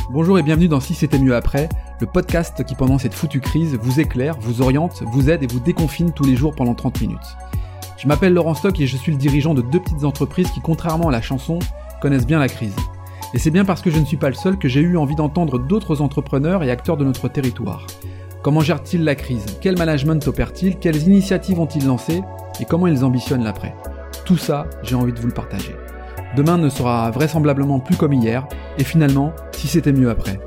Bonjour et bienvenue dans Si c'était mieux après, le podcast qui pendant cette foutue crise vous éclaire, vous oriente, vous aide et vous déconfine tous les jours pendant 30 minutes. Je m'appelle Laurent Stock et je suis le dirigeant de 2 petites entreprises qui, contrairement à la chanson, connaissent bien la crise. Et c'est bien parce que je ne suis pas le seul que j'ai eu envie d'entendre d'autres entrepreneurs et acteurs de notre territoire. Comment gèrent-ils la crise? Quel management opèrent-ils? Quelles initiatives ont-ils lancées? Et comment ils ambitionnent l'après? Tout ça, j'ai envie de vous le partager. Demain ne sera vraisemblablement plus comme hier, et finalement, si c'était mieux après.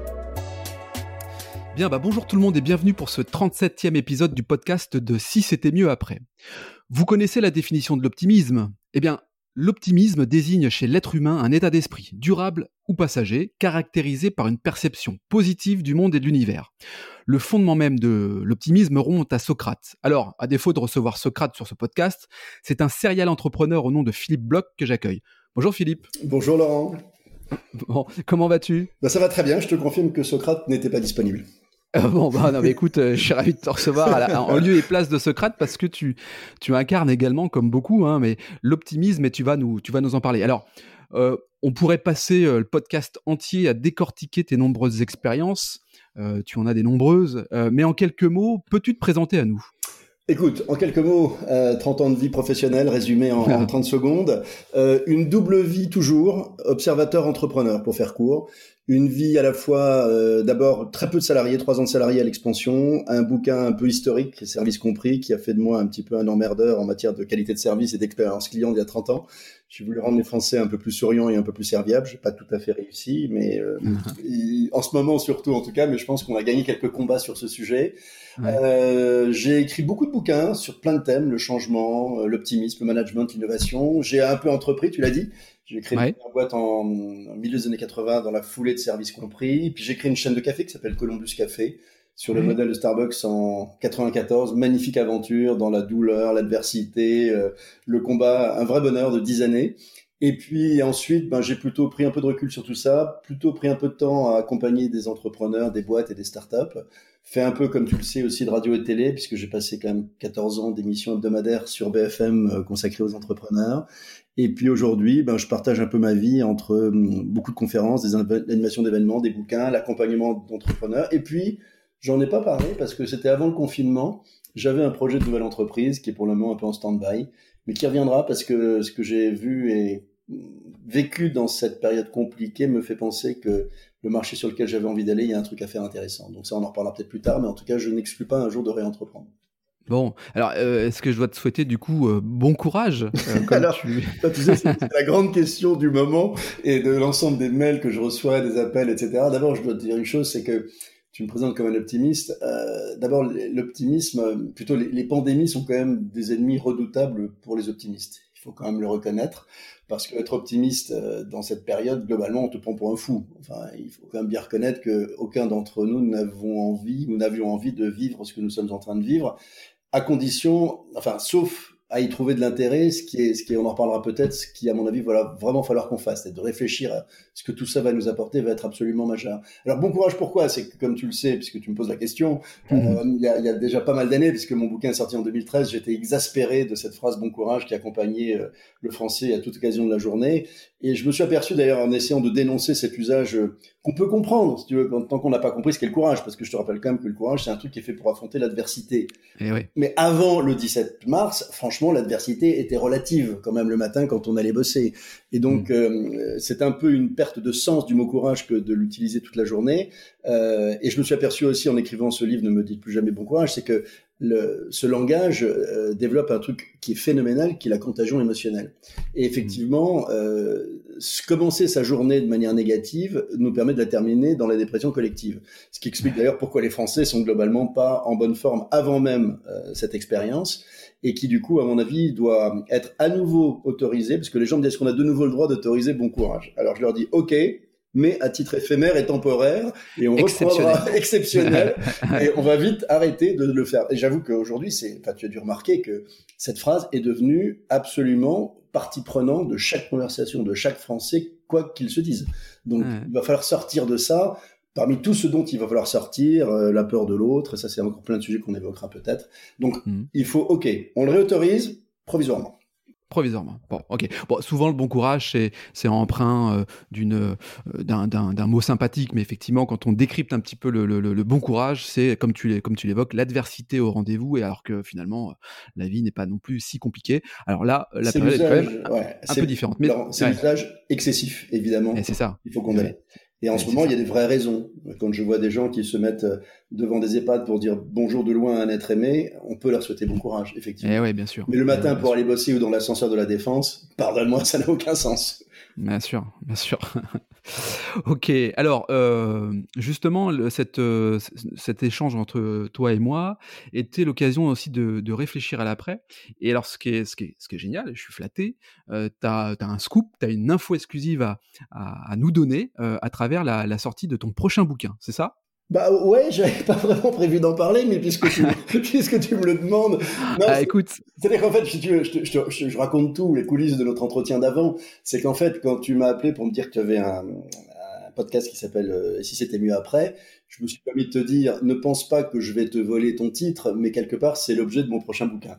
Bien, bonjour tout le monde et bienvenue pour ce 37e épisode du podcast de Si c'était mieux après. Vous connaissez la définition de l'optimisme? Eh bien, l'optimisme désigne chez l'être humain un état d'esprit durable ou passager, caractérisé par une perception positive du monde et de l'univers. Le fondement même de l'optimisme remonte à Socrate. Alors, à défaut de recevoir Socrate sur ce podcast, c'est un serial entrepreneur au nom de Philippe Bloch que j'accueille. Bonjour Philippe. Bonjour Laurent. Bon, comment vas-tu ? Ça va très bien, je te confirme que Socrate n'était pas disponible. Écoute, je suis ravi de te recevoir en lieu et place de Socrate parce que tu incarnes également, comme beaucoup, mais l'optimisme et tu vas nous en parler. Alors, on pourrait passer le podcast entier à décortiquer tes nombreuses expériences. Tu en as des nombreuses, mais en quelques mots, peux-tu te présenter à nous ? Écoute, en quelques mots, 30 ans de vie professionnelle résumé en 30 secondes. Une double vie toujours, observateur-entrepreneur pour faire court. Une vie à la fois, d'abord très peu de salariés, 3 ans de salariés à l'expansion, un bouquin un peu historique, service compris, qui a fait de moi un petit peu un emmerdeur en matière de qualité de service et d'expérience client il y a 30 ans. J'ai voulu rendre les Français un peu plus souriants et un peu plus serviables. J'ai pas tout à fait réussi, mais en ce moment surtout en tout cas, mais je pense qu'on a gagné quelques combats sur ce sujet. Ouais. J'ai écrit beaucoup de bouquins sur plein de thèmes, le changement, l'optimisme, le management, l'innovation. J'ai un peu entrepris, tu l'as dit. J'ai créé une boîte en milieu des années 80 dans la foulée de service compris. Puis j'ai créé une chaîne de café qui s'appelle Columbus Café sur le modèle de Starbucks en 94. Magnifique aventure dans la douleur, l'adversité, le combat, un vrai bonheur de 10 années. Et puis ensuite, j'ai plutôt pris un peu de recul sur tout ça, plutôt pris un peu de temps à accompagner des entrepreneurs, des boîtes et des startups. Fait un peu, comme tu le sais, aussi de radio et de télé, puisque j'ai passé quand même 14 ans d'émissions hebdomadaires sur BFM consacrées aux entrepreneurs. Et puis aujourd'hui, je partage un peu ma vie entre beaucoup de conférences, des animations d'événements, des bouquins, l'accompagnement d'entrepreneurs. Et puis, j'en ai pas parlé parce que c'était avant le confinement. J'avais un projet de nouvelle entreprise qui est pour le moment un peu en stand-by, mais qui reviendra parce que ce que j'ai vu et vécu dans cette période compliquée me fait penser que le marché sur lequel j'avais envie d'aller, il y a un truc à faire intéressant. Donc ça, on en reparlera peut-être plus tard, mais en tout cas, je n'exclus pas un jour de réentreprendre. Bon, alors est-ce que je dois te souhaiter du coup bon courage Alors, tu sais, c'est la grande question du moment et de l'ensemble des mails que je reçois, des appels, etc. D'abord, je dois te dire une chose, c'est que tu me présentes comme un optimiste. D'abord, l'optimisme, plutôt les pandémies sont quand même des ennemis redoutables pour les optimistes. Il faut quand même le reconnaître, parce qu'être optimiste dans cette période, globalement, on te prend pour un fou. Enfin, il faut quand même bien reconnaître qu'aucun d'entre nous n'avions envie de vivre ce que nous sommes en train de vivre, à condition, sauf à y trouver de l'intérêt, ce qui est, on en reparlera peut-être, ce qui, à mon avis, va vraiment falloir qu'on fasse, c'est de réfléchir à ce que tout ça va nous apporter, va être absolument majeur. Alors, bon courage, pourquoi? C'est que, comme tu le sais, puisque tu me poses la question, il y a déjà pas mal d'années, puisque mon bouquin est sorti en 2013, j'étais exaspéré de cette phrase bon courage qui accompagnait le français à toute occasion de la journée. Et je me suis aperçu, d'ailleurs, en essayant de dénoncer cet usage qu'on peut comprendre, si tu veux, tant qu'on n'a pas compris ce qu'est le courage, parce que je te rappelle quand même que le courage, c'est un truc qui est fait pour affronter l'adversité. Mais avant le 17 mars, franchement, l'adversité était relative quand même le matin quand on allait bosser. Et donc, c'est un peu une perte de sens du mot courage que de l'utiliser toute la journée. Et je me suis aperçu aussi en écrivant ce livre, Ne me dites plus jamais bon courage, c'est que ce langage développe un truc qui est phénoménal, qui est la contagion émotionnelle. Et effectivement, commencer sa journée de manière négative nous permet de la terminer dans la dépression collective. Ce qui explique d'ailleurs pourquoi les Français sont globalement pas en bonne forme avant même cette expérience, et qui du coup, à mon avis, doit être à nouveau autorisé, parce que les gens me disent qu'on a de nouveau le droit d'autoriser bon courage. Alors je leur dis OK, mais à titre éphémère et temporaire, et on reprendra exceptionnel, et on va vite arrêter de le faire. Et j'avoue qu'aujourd'hui, tu as dû remarquer que cette phrase est devenue absolument partie prenante de chaque conversation, de chaque Français, quoi qu'il se dise. Donc, il va falloir sortir de ça. Parmi tout ce dont il va falloir sortir, la peur de l'autre, ça c'est encore plein de sujets qu'on évoquera peut-être. Donc, il faut, OK, on le réautorise provisoirement. Provisoirement. Bon, ok. Bon, souvent le bon courage, c'est emprunt d'un mot sympathique, mais effectivement, quand on décrypte un petit peu le bon courage, c'est comme tu l'évoques, l'adversité au rendez-vous, et alors que finalement, la vie n'est pas non plus si compliquée. Alors là, la C'est période est quand même l'usage, un peu différente. Mais c'est l'usage excessif, évidemment. et c'est ça. Il faut condamner. Et en ce moment, il y a des vraies raisons. Quand je vois des gens qui se mettent devant des EHPAD pour dire bonjour de loin à un être aimé, on peut leur souhaiter bon courage, effectivement. Ouais, bien sûr. Mais le matin, pour aller bosser ou dans l'ascenseur de la Défense, pardonne-moi, ça n'a aucun sens. Bien sûr. Ok, alors justement, cet échange entre toi et moi était l'occasion aussi de réfléchir à l'après. Et alors, ce qui est génial, je suis flatté, t'as un scoop, t'as une info exclusive à nous donner à travers la sortie de ton prochain bouquin, c'est ça? Bah ouais, j'avais pas vraiment prévu d'en parler, mais puisque tu me le demandes, non, Écoute, c'est-à-dire qu'en fait, si tu veux, je raconte tout, les coulisses de notre entretien d'avant, c'est qu'en fait, quand tu m'as appelé pour me dire que tu avais un podcast qui s'appelle Et si c'était mieux après, je me suis permis de te dire, ne pense pas que je vais te voler ton titre, mais quelque part, c'est l'objet de mon prochain bouquin.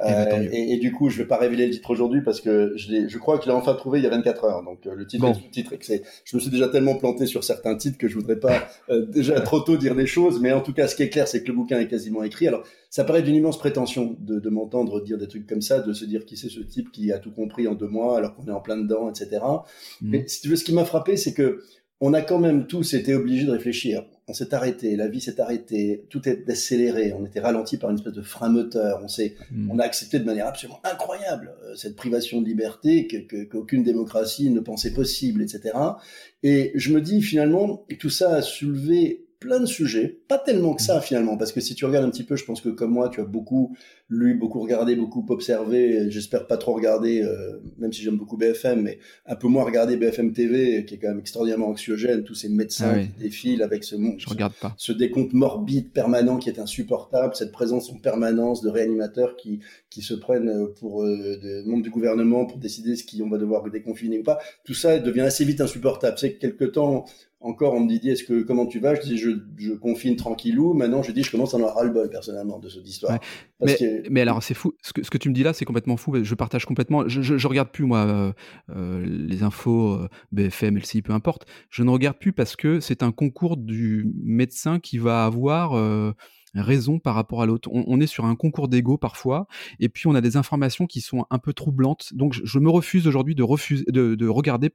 Et du coup, je vais pas révéler le titre aujourd'hui parce que je crois que je l'ai enfin trouvé il y a 24 heures. Donc, le titre est sous-titre. Je me suis déjà tellement planté sur certains titres que je voudrais pas déjà trop tôt dire des choses. Mais en tout cas, ce qui est clair, c'est que le bouquin est quasiment écrit. Alors, ça paraît d'une immense prétention de m'entendre dire des trucs comme ça, de se dire qui c'est ce type qui a tout compris en 2 mois alors qu'on est en plein dedans, etc. Mais si tu veux, ce qui m'a frappé, c'est que on a quand même tous été obligés de réfléchir. On s'est arrêté, la vie s'est arrêtée, tout est accéléré, on était ralenti par une espèce de frein moteur, on a accepté de manière absolument incroyable cette privation de liberté qu'aucune démocratie ne pensait possible, etc. Et je me dis finalement, tout ça a soulevé plein de sujets, pas tellement que ça finalement, parce que si tu regardes un petit peu, je pense que comme moi, tu as beaucoup lu, beaucoup regardé, beaucoup observé, j'espère pas trop regarder, même si j'aime beaucoup BFM, mais un peu moins regarder BFM TV, qui est quand même extraordinairement anxiogène, tous ces médecins qui défilent avec ce décompte morbide permanent qui est insupportable, cette présence en permanence de réanimateurs qui se prennent pour des membres du gouvernement pour décider ce qu'on va devoir déconfiner ou pas. Tout ça devient assez vite insupportable. C'est que quelque temps encore, on me dit, comment tu vas? Je dis, je confine tranquillou. Maintenant, je dis, je commence à en avoir ras-le-bol, personnellement, de cette histoire. Mais alors, c'est fou. Ce que tu me dis là, c'est complètement fou. Je partage complètement. Je regarde plus, moi, les infos, BFM, LCI, peu importe. Je ne regarde plus parce que c'est un concours du médecin qui va avoir raison par rapport à l'autre. On est sur un concours d'ego parfois, et puis on a des informations qui sont un peu troublantes. Donc, je me refuse aujourd'hui de regarder,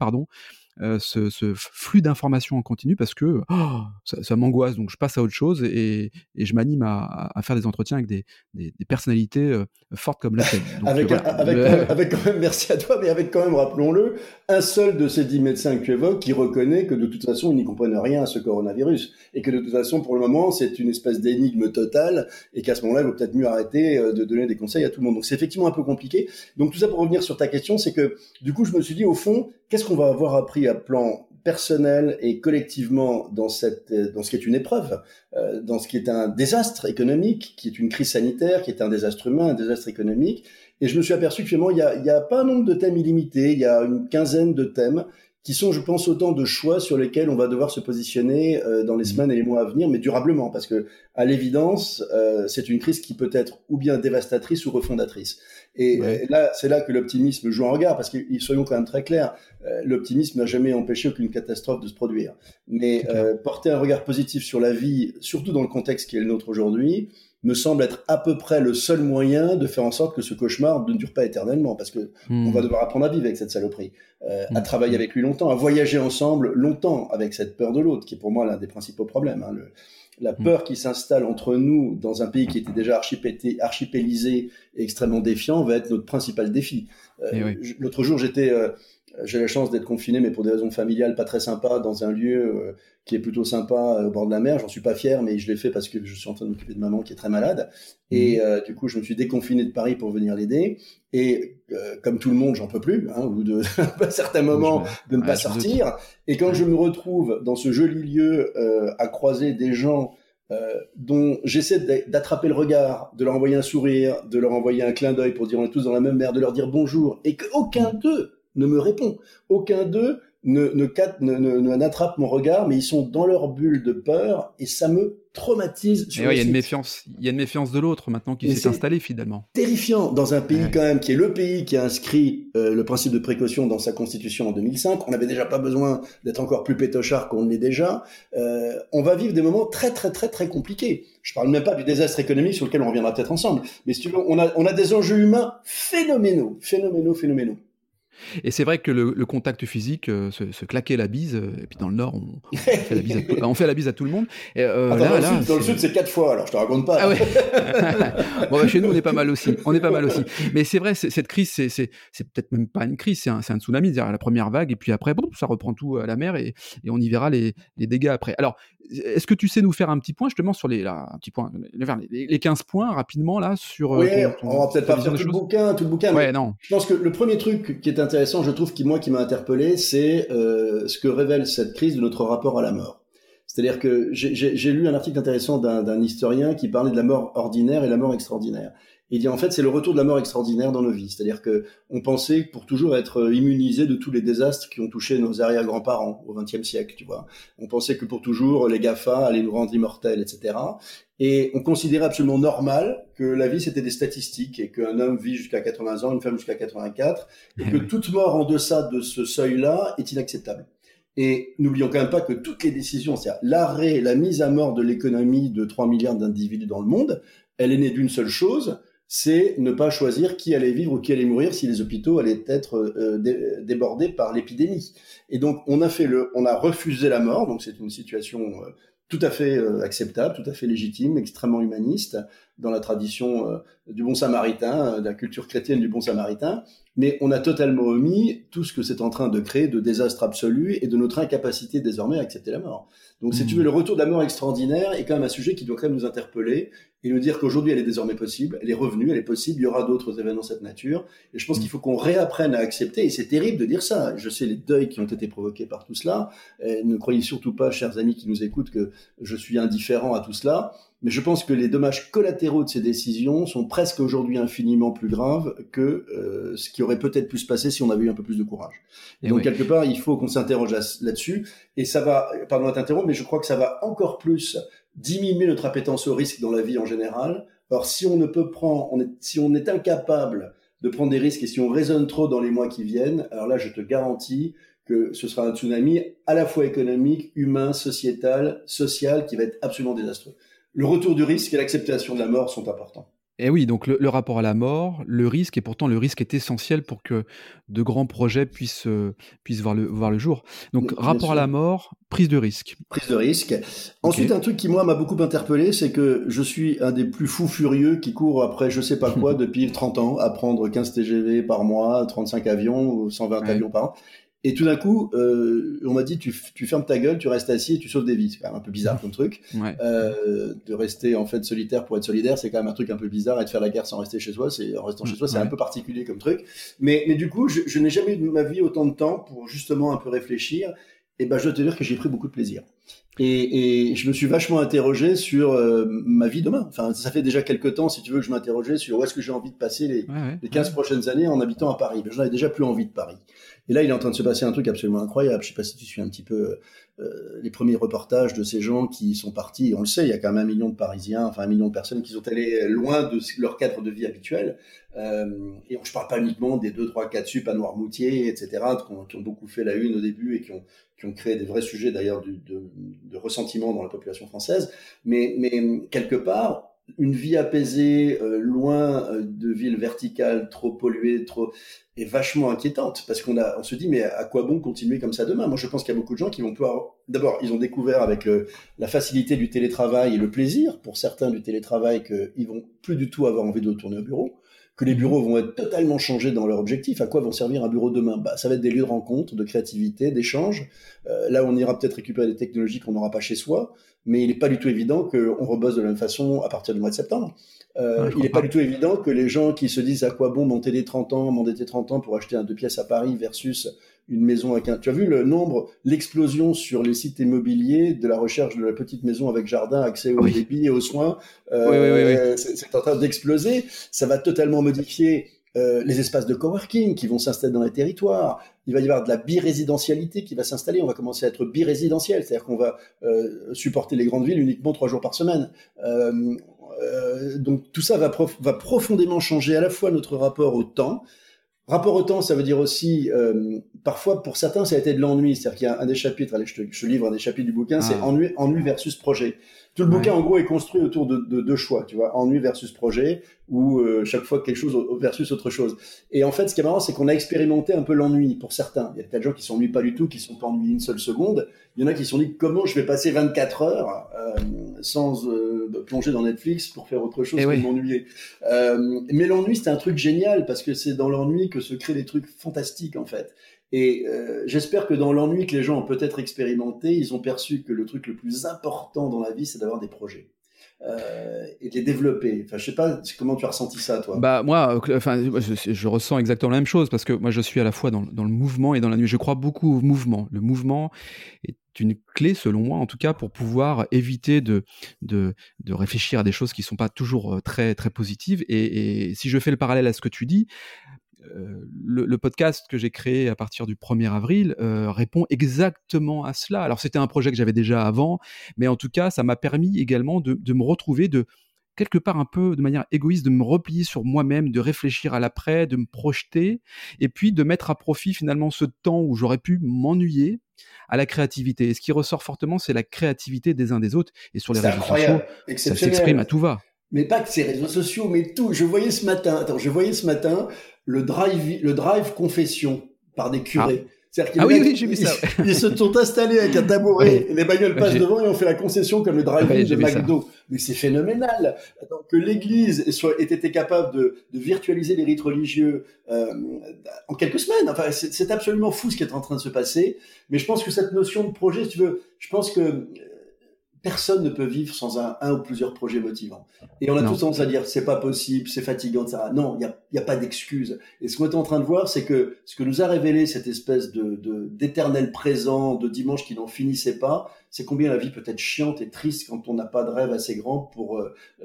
ce flux d'informations en continu parce que ça m'angoisse, donc je passe à autre chose et je m'anime à faire des entretiens avec des personnalités fortes comme la tienne. Avec quand même, merci à toi, mais avec quand même, rappelons-le, un seul de ces 10 médecins que tu évoques qui reconnaît que de toute façon, ils n'y comprennent rien à ce coronavirus et que de toute façon, pour le moment, c'est une espèce d'énigme totale et qu'à ce moment-là, il vaut peut-être mieux arrêter de donner des conseils à tout le monde. Donc c'est effectivement un peu compliqué. Donc tout ça pour revenir sur ta question, c'est que du coup, je me suis dit, au fond, qu'est-ce qu'on va avoir appris à plan personnel et collectivement dans ce qui est une épreuve, dans ce qui est un désastre économique, qui est une crise sanitaire, qui est un désastre humain, un désastre économique. Et je me suis aperçu que finalement, il y a pas un nombre de thèmes illimité, il y a une quinzaine de thèmes qui sont, je pense, autant de choix sur lesquels on va devoir se positionner dans les semaines et les mois à venir, mais durablement, parce que à l'évidence, c'est une crise qui peut être ou bien dévastatrice ou refondatrice. Et là, c'est là que l'optimisme joue en regard, parce que soyons quand même très clairs, l'optimisme n'a jamais empêché aucune catastrophe de se produire. Mais porter un regard positif sur la vie, surtout dans le contexte qui est le nôtre aujourd'hui, me semble être à peu près le seul moyen de faire en sorte que ce cauchemar ne dure pas éternellement, parce que on va devoir apprendre à vivre avec cette saloperie, à travailler avec lui longtemps, à voyager ensemble longtemps avec cette peur de l'autre, qui est pour moi l'un des principaux problèmes. La peur qui s'installe entre nous dans un pays qui était déjà archipélisé et extrêmement défiant va être notre principal défi. L'autre jour, j'ai la chance d'être confiné, mais pour des raisons familiales pas très sympas, dans un lieu qui est plutôt sympa au bord de la mer. J'en suis pas fier, mais je l'ai fait parce que je suis en train de m'occuper de maman qui est très malade. Et du coup, je me suis déconfiné de Paris pour venir l'aider. Et comme tout le monde, j'en peux plus, au bout de à certains moments, de ne pas sortir. Et quand je me retrouve dans ce joli lieu à croiser des gens dont j'essaie d'attraper le regard, de leur envoyer un sourire, de leur envoyer un clin d'œil pour dire on est tous dans la même mer, de leur dire bonjour, et qu'aucun d'eux ne me répond. Aucun d'eux n'attrapent mon regard, mais ils sont dans leur bulle de peur et ça me traumatise. Il y a une méfiance. Il y a une méfiance de l'autre maintenant qui s'est installée finalement. Terrifiant dans un pays quand même qui est le pays qui a inscrit le principe de précaution dans sa constitution en 2005. On n'avait déjà pas besoin d'être encore plus pétochard qu'on ne l'est déjà. On va vivre des moments très très très très compliqués. Je parle même pas du désastre économique sur lequel on reviendra peut-être ensemble. Mais si tu veux, on a des enjeux humains phénoménaux. Et c'est vrai que le contact physique, se claquer la bise, et puis dans le Nord, on fait la bise à tout le monde. Et, dans le Sud, c'est 4 fois, alors je te raconte pas. Ah ouais. Bon, chez nous, on est pas mal aussi. Mais c'est vrai, cette crise, c'est peut-être même pas une crise, c'est un tsunami, c'est-à-dire la première vague, et puis après, ça reprend tout à la mer, et on y verra les dégâts après. Alors, est-ce que tu sais nous faire un petit point justement sur les 15 points rapidement là sur on va peut-être pas faire tout le bouquin, mais non. Je pense que le premier truc qui est intéressant, je trouve, qui m'a interpellé, c'est ce que révèle cette crise de notre rapport à la mort. C'est-à-dire que j'ai lu un article intéressant d'un historien qui parlait de la mort ordinaire et la mort extraordinaire. Il dit en fait c'est le retour de la mort extraordinaire dans nos vies. C'est-à-dire que on pensait pour toujours être immunisé de tous les désastres qui ont touché nos arrière-grands-parents au XXe siècle, tu vois. On pensait que pour toujours les GAFA allaient nous rendre immortels, etc. Et on considérait absolument normal que la vie c'était des statistiques et qu'un homme vit jusqu'à 80 ans, une femme jusqu'à 84, et que toute mort en deçà de ce seuil-là est inacceptable. Et n'oublions quand même pas que toutes les décisions, c'est-à-dire l'arrêt, la mise à mort de l'économie de 3 milliards d'individus dans le monde, elle est née d'une seule chose, c'est ne pas choisir qui allait vivre ou qui allait mourir si les hôpitaux allaient être débordés par l'épidémie. Et donc on a refusé la mort, donc c'est une situation tout à fait acceptable, tout à fait légitime, extrêmement humaniste, dans la tradition du bon samaritain, de la culture chrétienne du bon samaritain, mais on a totalement omis tout ce que c'est en train de créer de désastre absolu et de notre incapacité désormais à accepter la mort. Donc si tu veux, le retour de la mort extraordinaire est quand même un sujet qui doit quand même nous interpeller et nous dire qu'aujourd'hui elle est désormais possible, elle est revenue, elle est possible, il y aura d'autres événements de cette nature, et je pense qu'il faut qu'on réapprenne à accepter, et c'est terrible de dire ça, je sais les deuils qui ont été provoqués par tout cela, ne croyez surtout pas, chers amis qui nous écoutent, que je suis indifférent à tout cela, mais je pense que les dommages collatéraux de ces décisions sont presque aujourd'hui infiniment plus graves que ce qui aurait peut-être pu se passer si on avait eu un peu plus de courage. Et donc quelque part, il faut qu'on s'interroge là-dessus, et ça va, pardon de t'interrompre, mais je crois que ça va encore plus diminuer notre appétence au risque dans la vie en général. Or, si on est incapable de prendre des risques et si on raisonne trop dans les mois qui viennent, alors là, je te garantis que ce sera un tsunami à la fois économique, humain, sociétal, social, qui va être absolument désastreux. Le retour du risque et l'acceptation de la mort sont importants. Et oui, donc le rapport à la mort, le risque, et pourtant le risque est essentiel pour que de grands projets puissent voir le jour. Donc rapport à la mort, prise de risque. Prise de risque. Ensuite, un truc qui moi m'a beaucoup interpellé, c'est que je suis un des plus fous furieux qui court après je sais pas quoi depuis 30 ans, à prendre 15 TGV par mois, 35 avions ou 120 avions par an. Et tout d'un coup, on m'a dit tu fermes ta gueule, tu restes assis et tu sauves des vies. C'est quand même un peu bizarre comme truc. De rester en fait solitaire pour être solidaire, c'est quand même un truc un peu bizarre. Et de faire la guerre sans rester chez soi, c'est un peu particulier comme truc. Mais du coup, je n'ai jamais eu de ma vie autant de temps pour justement un peu réfléchir. Et ben, je dois te dire que j'ai pris beaucoup de plaisir. Et je me suis vachement interrogé sur ma vie demain. Enfin, ça fait déjà quelques temps, si tu veux, que je m'interrogeais sur où est-ce que j'ai envie de passer les 15 prochaines années en habitant à Paris. Ben, j'en avais déjà plus envie de Paris. Et là, il est en train de se passer un truc absolument incroyable. Je sais pas si tu suis un petit peu les premiers reportages de ces gens qui sont partis. On le sait, il y a quand même 1 million de Parisiens, enfin 1 million de personnes qui sont allées loin de leur cadre de vie habituel. Et je parle pas uniquement des 2, 3, 4 sup à Noirmoutier, etc., qui ont beaucoup fait la une au début et qui ont créé des vrais sujets d'ailleurs de ressentiment dans la population française. Mais quelque part, une vie apaisée, loin de villes verticales trop polluées, est vachement inquiétante, parce qu'on se dit, mais à quoi bon continuer comme ça demain? Moi, je pense qu'il y a beaucoup de gens qui vont pouvoir, d'abord, ils ont découvert avec la facilité du télétravail et le plaisir, pour certains, du télétravail, qu'ils vont plus du tout avoir envie de retourner au bureau, que les bureaux vont être totalement changés dans leur objectif. À quoi vont servir un bureau demain? Ça va être des lieux de rencontre, de créativité, d'échange. Là, on ira peut-être récupérer des technologies qu'on n'aura pas chez soi, mais il n'est pas du tout évident qu'on rebosse de la même façon à partir du mois de septembre. Il n'est pas du tout évident que les gens qui se disent à quoi bon m'endetter 30 ans pour acheter un 2 pièces à Paris versus une maison avec un... Tu as vu l'explosion sur les sites immobiliers de la recherche de la petite maison avec jardin, accès au débit et aux soins. Oui. C'est en train d'exploser. Ça va totalement modifier les espaces de coworking qui vont s'installer dans les territoires. Il va y avoir de la birésidentialité qui va s'installer. On va commencer à être birésidentiel, c'est-à-dire qu'on va supporter les grandes villes uniquement 3 jours par semaine. Donc tout ça va profondément changer à la fois notre rapport au temps. Rapport au temps, ça veut dire aussi, parfois pour certains, ça a été de l'ennui. C'est-à-dire qu'il y a un des chapitres, allez, je te livre un des chapitres du bouquin, c'est ennui versus projet. Tout le bouquin, en gros, est construit autour de deux choix, tu vois, ennui versus projet, ou chaque fois quelque chose versus autre chose. Et en fait, ce qui est marrant, c'est qu'on a expérimenté un peu l'ennui pour certains. Il y a peut-être des gens qui s'ennuient pas du tout, qui sont pas ennuyés une seule seconde. Il y en a qui se sont dit comment je vais passer 24 heures sans plonger dans Netflix pour faire autre chose que m'ennuyer. Mais l'ennui, c'est un truc génial parce que c'est dans l'ennui que se créent des trucs fantastiques en fait. Et j'espère que dans l'ennui que les gens ont peut-être expérimenté, ils ont perçu que le truc le plus important dans la vie, c'est d'avoir des projets. Et de les développer. Enfin, je sais pas comment tu as ressenti ça, toi. Bah moi, je ressens exactement la même chose parce que moi je suis à la fois dans le mouvement et dans la nuit. Je crois beaucoup au mouvement. Le mouvement est une clé, selon moi, en tout cas, pour pouvoir éviter de réfléchir à des choses qui sont pas toujours très très positives. Et si je fais le parallèle à ce que tu dis. Le podcast que j'ai créé à partir du 1er avril répond exactement à cela. Alors c'était un projet que j'avais déjà avant, mais en tout cas ça m'a permis également de me retrouver, de quelque part un peu de manière égoïste, de me replier sur moi-même, de réfléchir à l'après, de me projeter, et puis de mettre à profit finalement ce temps où j'aurais pu m'ennuyer à la créativité. Et ce qui ressort fortement, c'est la créativité des uns des autres, et sur les réseaux sociaux, ça s'exprime à tout va. Mais pas que ces réseaux sociaux, mais tout. Je voyais ce matin le drive confession par des curés. C'est-à-dire oui, j'ai vu ça. Ils se sont installés avec un tabouret, et les bagnoles passent devant et on fait la concession comme le drive-in de McDo. Mais c'est phénoménal. Que l'Église ait été capable de virtualiser les rites religieux en quelques semaines. Enfin, c'est absolument fou ce qui est en train de se passer. Mais je pense que cette notion de projet, si tu veux, je pense que personne ne peut vivre sans un ou plusieurs projets motivants. Et on a tous tendance à dire c'est pas possible, c'est fatigant, etc. Non, il y a pas d'excuse. Et ce qu'on est en train de voir, c'est que ce que nous a révélé cette espèce d'éternel présent, de dimanche qui n'en finissait pas, c'est combien la vie peut être chiante et triste quand on n'a pas de rêve assez grand pour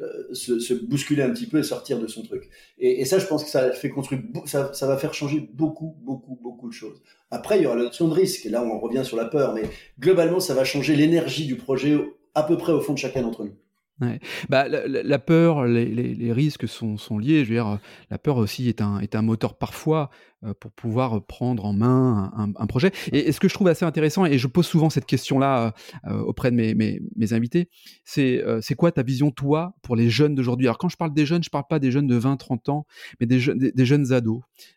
se bousculer un petit peu et sortir de son truc. Et ça, je pense que ça fait construire, ça va faire changer beaucoup de choses. Après, il y aura la notion de risque. Et là, on revient sur la peur. Mais globalement, ça va changer l'énergie du projet à peu près au fond de chacun d'entre nous. Ouais. Bah, la peur, les risques sont liés. Je veux dire, la peur aussi est un moteur parfois pour pouvoir prendre en main un projet. Et ce que je trouve assez intéressant, et je pose souvent cette question-là auprès de mes invités, c'est quoi ta vision, toi, pour les jeunes d'aujourd'hui? Alors quand je parle des jeunes, je parle pas des jeunes de 20-30 ans, mais des jeunes ados.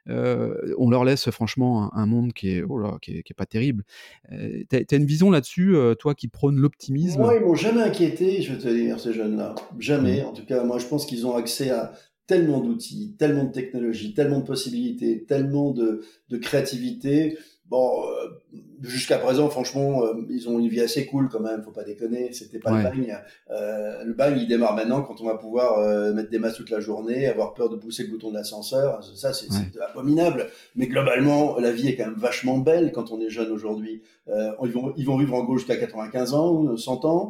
On leur laisse franchement un monde qui est pas terrible. T'as une vision là-dessus, toi qui prône l'optimisme? Moi, ils m'ont jamais inquiété, je vais te dire, ces jeunes-là. Jamais. En tout cas, moi, je pense qu'ils ont accès à tellement d'outils, tellement de technologies, tellement de possibilités, tellement de créativité. Bon, jusqu'à présent, franchement, ils ont une vie assez cool quand même, faut pas déconner. C'était pas le bagne. Le bagne, il démarre maintenant quand on va pouvoir mettre des masses toute la journée, avoir peur de pousser le bouton de l'ascenseur. Ça, c'est abominable. Mais globalement, la vie est quand même vachement belle quand on est jeune aujourd'hui. Ils vont vivre en gros jusqu'à 95 ans, 100 ans.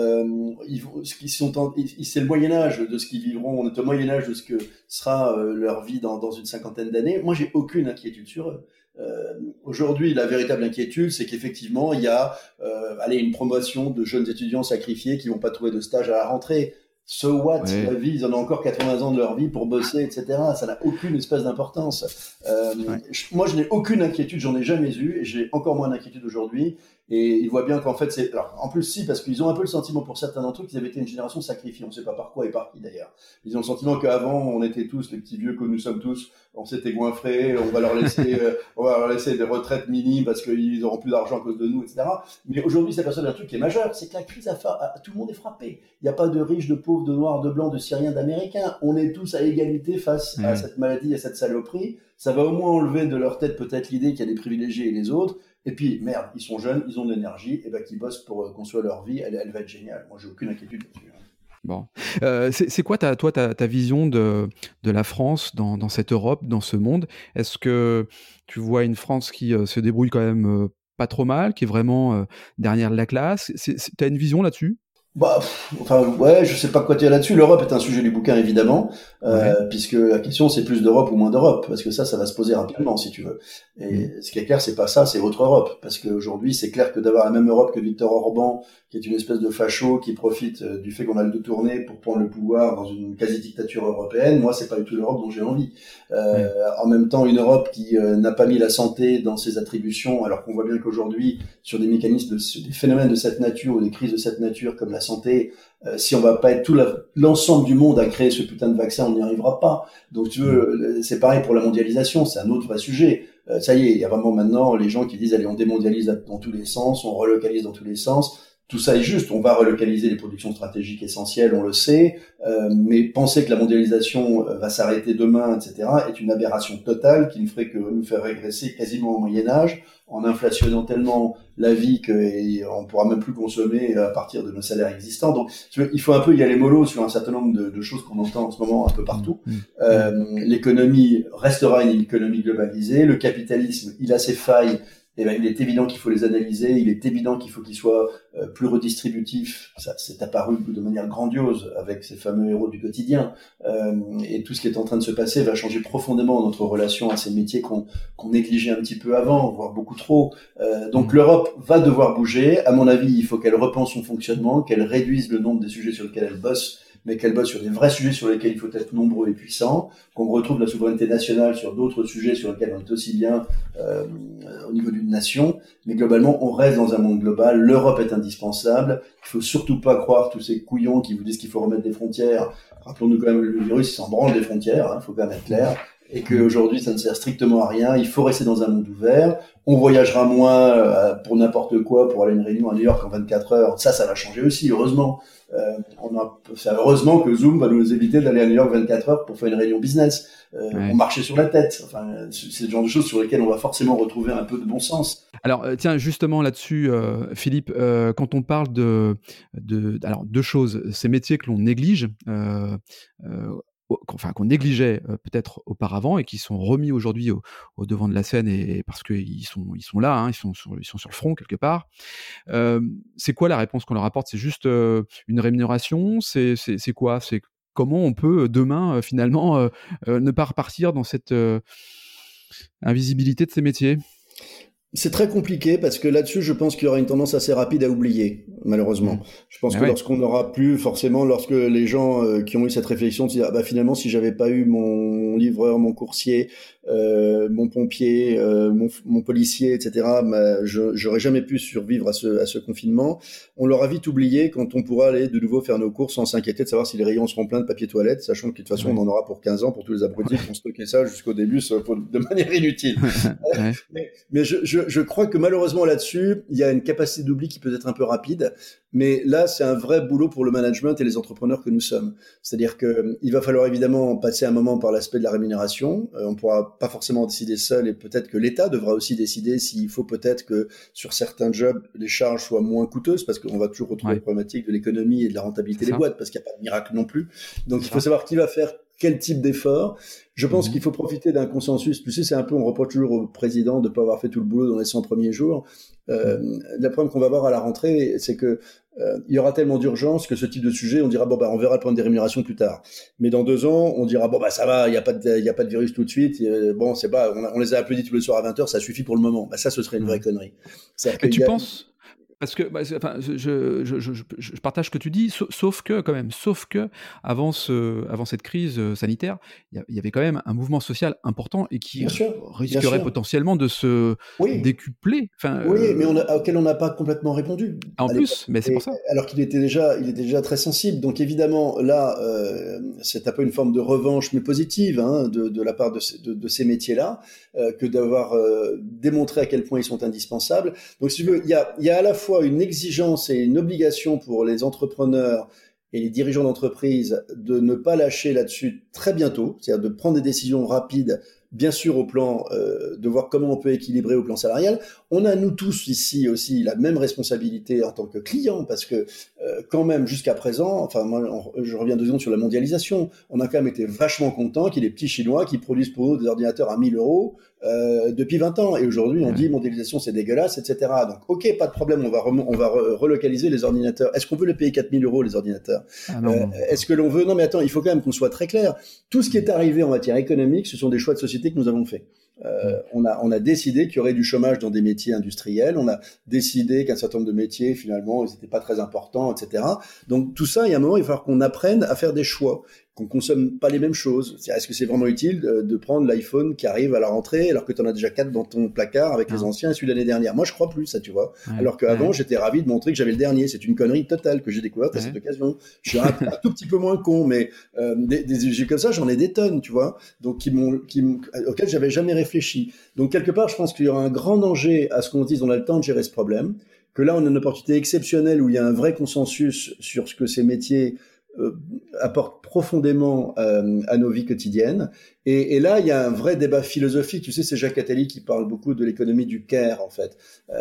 C'est le Moyen-Âge de ce qu'ils vivront. On est au Moyen-Âge de ce que sera leur vie dans une cinquantaine d'années. Moi, j'ai aucune inquiétude sur eux. Aujourd'hui, la véritable inquiétude, c'est qu'effectivement, il y a une promotion de jeunes étudiants sacrifiés qui vont pas trouver de stage à la rentrée. So what? La vie, ils en ont encore 80 ans de leur vie pour bosser, etc. Ça n'a aucune espèce d'importance. Moi, je n'ai aucune inquiétude, j'en ai jamais eu, et j'ai encore moins d'inquiétude aujourd'hui. Et ils voient bien qu'en fait, en plus, si, parce qu'ils ont un peu le sentiment pour certains d'entre eux qu'ils avaient été une génération sacrifiée. On ne sait pas par quoi et par qui d'ailleurs. Ils ont le sentiment qu'avant, on était tous, les petits vieux que nous sommes tous, on s'était goinfrés, on va leur laisser des retraites minimes parce qu'ils n'auront plus d'argent à cause de nous, etc. Mais aujourd'hui, ça perçoit un truc qui est majeur, c'est que la crise tout le monde est frappé. Il n'y a pas de riches, de pauvres, de noirs, de blancs, de syriens, d'américains. On est tous à égalité face à cette maladie, à cette saloperie. Ça va au moins enlever de leur tête peut-être l'idée qu'il y a des privilégiés et les autres. Et puis, merde, ils sont jeunes, ils ont de l'énergie, et qu'ils bossent pour construire leur vie, elle va être géniale. Moi, j'ai aucune inquiétude là-dessus. Bon. C'est quoi ta vision de la France dans cette Europe, dans ce monde? Est-ce que tu vois une France qui se débrouille quand même pas trop mal, qui est vraiment dernière de la classe? T'as une vision là-dessus? Je sais pas quoi dire là-dessus. L'Europe est un sujet du bouquin, évidemment, puisque la question, c'est plus d'Europe ou moins d'Europe, parce que ça va se poser rapidement, si tu veux. Et ce qui est clair, c'est pas ça, c'est autre Europe, parce qu'aujourd'hui, c'est clair que d'avoir la même Europe que Viktor Orban, qui est une espèce de facho qui profite du fait qu'on a le dos tourné pour prendre le pouvoir dans une quasi-dictature européenne, moi, c'est pas du tout l'Europe dont j'ai envie. En même temps, une Europe qui n'a pas mis la santé dans ses attributions, alors qu'on voit bien qu'aujourd'hui, sur des mécanismes, des phénomènes de cette nature ou des crises de cette nature comme la santé, si on va pas être l'ensemble du monde à créer ce putain de vaccin, on n'y arrivera pas. Donc tu veux, c'est pareil pour la mondialisation, c'est un autre vrai sujet. Ça y est, il y a vraiment maintenant les gens qui disent allez, on démondialise dans tous les sens, on relocalise dans tous les sens. Tout ça est juste, on va relocaliser les productions stratégiques essentielles, on le sait, mais penser que la mondialisation va s'arrêter demain, etc., est une aberration totale qui ne ferait que nous faire régresser quasiment au Moyen-Âge, en inflationnant tellement la vie qu'on pourra même plus consommer à partir de nos salaires existants. Donc, il faut un peu y aller mollo sur un certain nombre de choses qu'on entend en ce moment un peu partout. L'économie restera une économie globalisée, le capitalisme, il a ses failles. Il est évident qu'il faut les analyser, il est évident qu'il faut qu'ils soient plus redistributifs. Ça c'est apparu de manière grandiose avec ces fameux héros du quotidien. Et tout ce qui est en train de se passer va changer profondément notre relation à ces métiers qu'on négligeait un petit peu avant, voire beaucoup trop. Donc l'Europe va devoir bouger. À mon avis, il faut qu'elle repense son fonctionnement, qu'elle réduise le nombre des sujets sur lesquels elle bosse, mais qu'elle bosse sur des vrais sujets sur lesquels il faut être nombreux et puissants, qu'on retrouve la souveraineté nationale sur d'autres sujets sur lesquels on est aussi bien au niveau d'une nation, mais globalement, on reste dans un monde global, l'Europe est indispensable, il faut surtout pas croire tous ces couillons qui vous disent qu'il faut remettre des frontières. Rappelons-nous quand même, le virus, il s'en branle des frontières, faut quand même être clair, et qu'aujourd'hui, ça ne sert strictement à rien, il faut rester dans un monde ouvert, on voyagera moins pour n'importe quoi, pour aller à une réunion à New York en 24 heures, ça va changer aussi, heureusement. C'est heureusement que Zoom va nous éviter d'aller à New York 24 heures pour faire une réunion business. On marchait sur la tête. Enfin, c'est le genre de choses sur lesquelles on va forcément retrouver un peu de bon sens. Alors, tiens, justement là-dessus, Philippe, quand on parle alors, deux choses, ces métiers que l'on néglige, qu'on négligeait peut-être auparavant et qui sont remis aujourd'hui au devant de la scène et parce qu'ils sont là, hein, ils sont sur le front quelque part. C'est quoi la réponse qu'on leur apporte? C'est juste une rémunération? C'est quoi? C'est comment on peut demain finalement ne pas repartir dans cette invisibilité de ces métiers? C'est très compliqué parce que là-dessus, je pense qu'il y aura une tendance assez rapide à oublier, malheureusement. Je pense que lorsqu'on n'aura plus forcément, lorsque les gens qui ont eu cette réflexion de se dire, finalement, si j'avais pas eu mon livreur, mon coursier, mon pompier, mon policier, etc., j'aurais jamais pu survivre à ce confinement. On l'aura vite oublié quand on pourra aller de nouveau faire nos courses sans s'inquiéter de savoir si les rayons seront pleins de papier toilette, sachant que de toute façon, on en aura pour 15 ans pour tous les abrutis qui ont stocké ça jusqu'au début de manière inutile. Mais je crois que malheureusement là-dessus, il y a une capacité d'oubli qui peut être un peu rapide. Mais là, c'est un vrai boulot pour le management et les entrepreneurs que nous sommes. C'est-à-dire que il va falloir évidemment passer un moment par l'aspect de la rémunération. On pourra pas forcément décider seul et peut-être que l'État devra aussi décider s'il faut peut-être que sur certains jobs, les charges soient moins coûteuses parce qu'on va toujours retrouver la problématique de l'économie et de la rentabilité des boîtes parce qu'il n'y a pas de miracle non plus. Donc, il faut savoir qui va faire quel type d'effort. Je pense qu'il faut profiter d'un consensus. Tu sais, c'est un peu, on reproche toujours au président de ne pas avoir fait tout le boulot dans les 100 premiers jours. Le problème qu'on va voir à la rentrée, c'est que il y aura tellement d'urgence que ce type de sujet, on dira on verra le point des rémunérations plus tard. Mais dans 2 ans, on dira ça va, il y a pas de virus tout de suite. C'est pas, on les a applaudis tous les soirs à 20h, ça suffit pour le moment. Ça, ce serait une vraie connerie. Et tu penses? Parce que je partage ce que tu dis, sauf que avant cette crise sanitaire, il y avait quand même un mouvement social important et qui risquerait potentiellement de se décupler. Mais auquel on n'a pas complètement répondu. En plus, mais c'est pour ça. Alors qu'il était déjà très sensible. Donc évidemment, là, c'est un peu une forme de revanche, mais positive, de la part de ces métiers-là, que d'avoir démontré à quel point ils sont indispensables. Donc si tu veux, il y a à la fois une exigence et une obligation pour les entrepreneurs et les dirigeants d'entreprise de ne pas lâcher là-dessus très bientôt, c'est-à-dire de prendre des décisions rapides, bien sûr au plan de voir comment on peut équilibrer au plan salarial. On a nous tous ici aussi la même responsabilité en tant que clients parce que quand même jusqu'à présent, enfin moi je reviens 2 secondes sur la mondialisation, on a quand même été vachement content qu'il y ait des petits Chinois qui produisent pour nous des ordinateurs à 1 000 € depuis 20 ans. Et aujourd'hui on dit mondialisation c'est dégueulasse, etc. Donc ok, pas de problème, on va relocaliser les ordinateurs. Est-ce qu'on veut les payer 4 000 € les ordinateurs? Est-ce que l'on veut... Non mais attends, il faut quand même qu'on soit très clair. Tout ce qui est arrivé en matière économique, ce sont des choix de société que nous avons faits. On a décidé qu'il y aurait du chômage dans des métiers industriels, on a décidé qu'un certain nombre de métiers, finalement, ils n'étaient pas très importants, etc. Donc tout ça, il y a un moment, il va falloir qu'on apprenne à faire des choix, qu'on consomme pas les mêmes choses. Est-ce que c'est vraiment utile de prendre l'iPhone qui arrive à la rentrée alors que tu en as déjà 4 dans ton placard avec les anciens et celui de l'année dernière? Moi, je crois plus ça, tu vois. Alors qu'avant, j'étais ravi de montrer que j'avais le dernier. C'est une connerie totale que j'ai découverte à cette occasion. Je suis un tout petit peu moins con, mais des sujets comme ça, j'en ai des tonnes, tu vois. Donc auxquels j'avais jamais réfléchi. Donc quelque part, je pense qu'il y aura un grand danger à ce qu'on se dise on a le temps de gérer ce problème, que là on a une opportunité exceptionnelle où il y a un vrai consensus sur ce que ces métiers apportent profondément à nos vies quotidiennes. Et là, il y a un vrai débat philosophique. Tu sais, c'est Jacques Attali qui parle beaucoup de l'économie du care, en fait.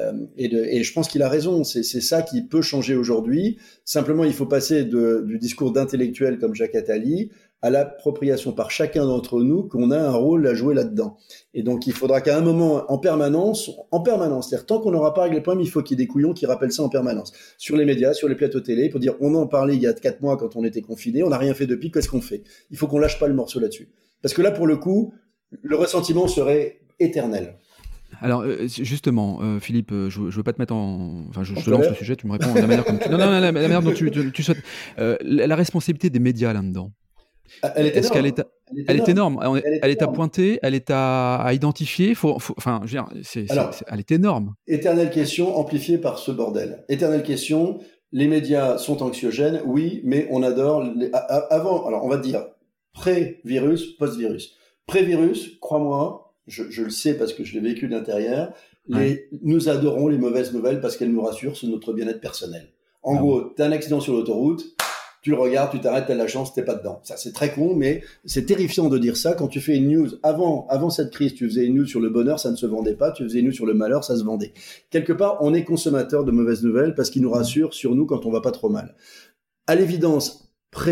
Et je pense qu'il a raison. C'est ça qui peut changer aujourd'hui. Simplement, il faut passer du discours d'intellectuel comme Jacques Attali à l'appropriation par chacun d'entre nous qu'on a un rôle à jouer là-dedans. Et donc, il faudra qu'à un moment, en permanence, c'est-à-dire tant qu'on n'aura pas réglé le problème, il faut qu'il y ait des couillons qui rappellent ça en permanence. Sur les médias, sur les plateaux télé, pour dire, on en parlait il y a 4 mois quand on était confinés, on n'a rien fait depuis, qu'est-ce qu'on fait? Il faut qu'on lâche pas le morceau là-dessus. Parce que là, pour le coup, le ressentiment serait éternel. Alors justement, Philippe, je veux pas te mettre je te lance le sujet, tu me réponds de la manière comme tu... Non, la manière dont tu souhaites. La responsabilité des médias là-dedans. Elle est énorme. Elle est énorme. Elle est à pointer, elle est à identifier. Je veux dire, elle est énorme. Éternelle question amplifiée par ce bordel. Éternelle question. Les médias sont anxiogènes, oui, mais on adore avant. Alors on va dire pré-virus, post-virus. Pré-virus, crois-moi, je le sais parce que je l'ai vécu de l'intérieur. Nous adorons les mauvaises nouvelles parce qu'elles nous rassurent sur notre bien-être personnel. En gros, t'as un accident sur l'autoroute. Tu le regardes, tu t'arrêtes, t'as de la chance, t'es pas dedans. Ça, c'est très con, mais c'est terrifiant de dire ça. Quand tu fais une news, avant cette crise, tu faisais une news sur le bonheur, ça ne se vendait pas. Tu faisais une news sur le malheur, ça se vendait. Quelque part, on est consommateur de mauvaises nouvelles parce qu'ils nous rassurent sur nous quand on va pas trop mal. À l'évidence,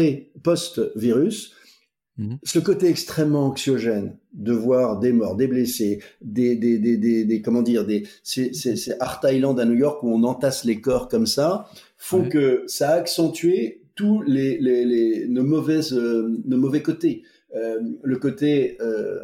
post-virus, ce côté extrêmement anxiogène de voir des morts, des blessés, c'est Art Island à New York où on entasse les corps comme ça, font que ça a accentué tous nos mauvais côtés. Le côté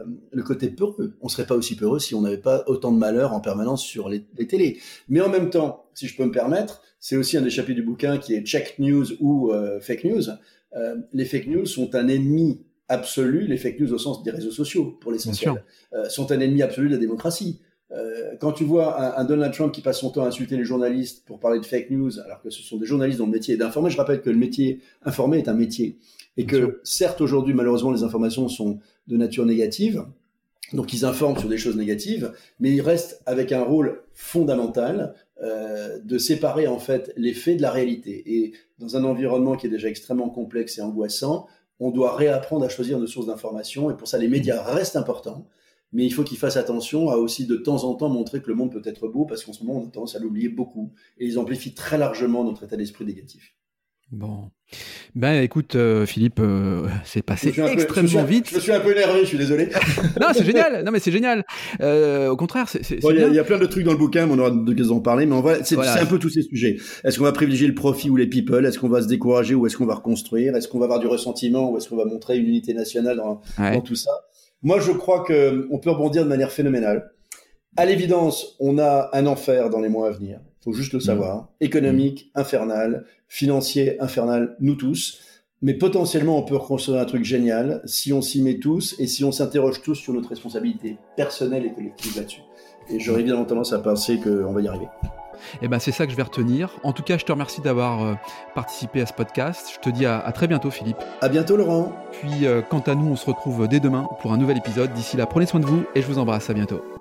peureux. On serait pas aussi peureux si on n'avait pas autant de malheur en permanence sur les télés. Mais en même temps, si je peux me permettre, c'est aussi un des chapitres du bouquin qui est Check News ou Fake News. Les fake news sont un ennemi absolu, les fake news au sens des réseaux sociaux, pour l'essentiel, sont un ennemi absolu de la démocratie. Quand tu vois un Donald Trump qui passe son temps à insulter les journalistes pour parler de fake news, alors que ce sont des journalistes dont le métier est d'informer, je rappelle que le métier informé est un métier. Et que, certes, aujourd'hui, malheureusement, les informations sont de nature négative, donc ils informent sur des choses négatives, mais ils restent avec un rôle fondamental de séparer, en fait, les faits de la réalité. Et dans un environnement qui est déjà extrêmement complexe et angoissant, on doit réapprendre à choisir nos sources d'information, et pour ça, les médias restent importants. Mais il faut qu'ils fassent attention à aussi de temps en temps montrer que le monde peut être beau, parce qu'en ce moment, on a tendance à l'oublier beaucoup. Et ils amplifient très largement notre état d'esprit négatif. Bon. Ben écoute, Philippe, c'est passé extrêmement vite. Je me suis un peu énervé, je suis désolé. Non, c'est génial. Non, mais c'est génial. Au contraire, c'est il y a plein de trucs dans le bouquin, mais on aura d'occasion d'en parler. Mais c'est un peu tous ces sujets. Est-ce qu'on va privilégier le profit ou les people? Est-ce qu'on va se décourager ou est-ce qu'on va reconstruire? Est-ce qu'on va avoir du ressentiment ou est-ce qu'on va montrer une unité nationale dans tout ça? Moi, je crois qu'on peut rebondir de manière phénoménale. À l'évidence, on a un enfer dans les mois à venir. Faut juste le savoir. Économique, infernal, financier, infernal, nous tous. Mais potentiellement, on peut reconstruire un truc génial si on s'y met tous et si on s'interroge tous sur notre responsabilité personnelle et collective là-dessus. Et j'aurais évidemment tendance à penser qu'on va y arriver. Eh ben, c'est ça que je vais retenir. En tout cas, je te remercie d'avoir participé à ce podcast. Je te dis à très bientôt, Philippe. À bientôt, Laurent. Puis, quant à nous, on se retrouve dès demain pour un nouvel épisode. D'ici là, prenez soin de vous et je vous embrasse. À bientôt.